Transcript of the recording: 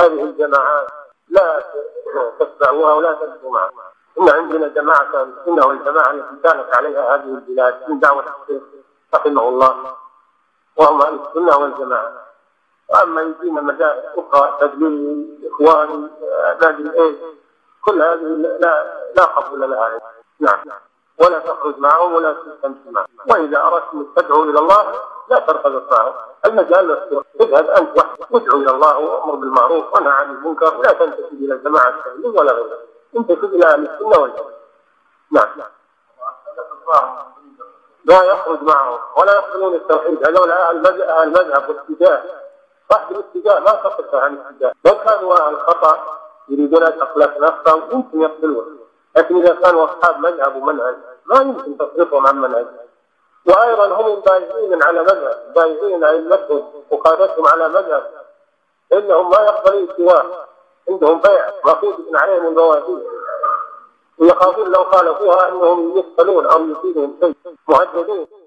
هذه الجماعات لا تتبعوها ولا تمشوا معها. إن عندنا جماعة السنة والجماعة التي كانت عليها هذه البلاد من دعوة الشيخ رحمه الله، وهم أهل السنة والجماعة. وأما يجينا مذاهب أخرى تدليل إخواني كل هذه لا قبول لها. نعم. ولا تخرج معهم ولا تمشي معهم. وإذا أردت أن تدعو إلى الله لا ترتبط معهم. المجال مفتوح، اذهب أنت وحدك وادعو إلى الله وأمر بالمعروف وانهى عن المنكر، ولا تنتسب إلى جماعة التبليغ ولا غيرها، انتسب إلى أهل السنة والجماعة. نعم. لا يخرج معهم ولا يقبلون التوحيد. هذول أهل المذهب والاتجاه. صاحب الاتجاه ما تصف عن الاتجاه. لو كانوا أهل الخطأ يريدون أن تخلق نفسهم يمكن يقبلون، لكن إذا كانوا أصحاب مذهب ومنهج ما يمكن تصرفهم عن منهج. وأيضا هم بايعين على مذهب، بايعين أئمتهم وقادتهم على مذهب، إنهم ما يقبلون سواه، عندهم بيع مفروض عليهم البوادين، ويخافون لو خالفوها أنهم يقتلون أو يصيبهم شيء، مهددين.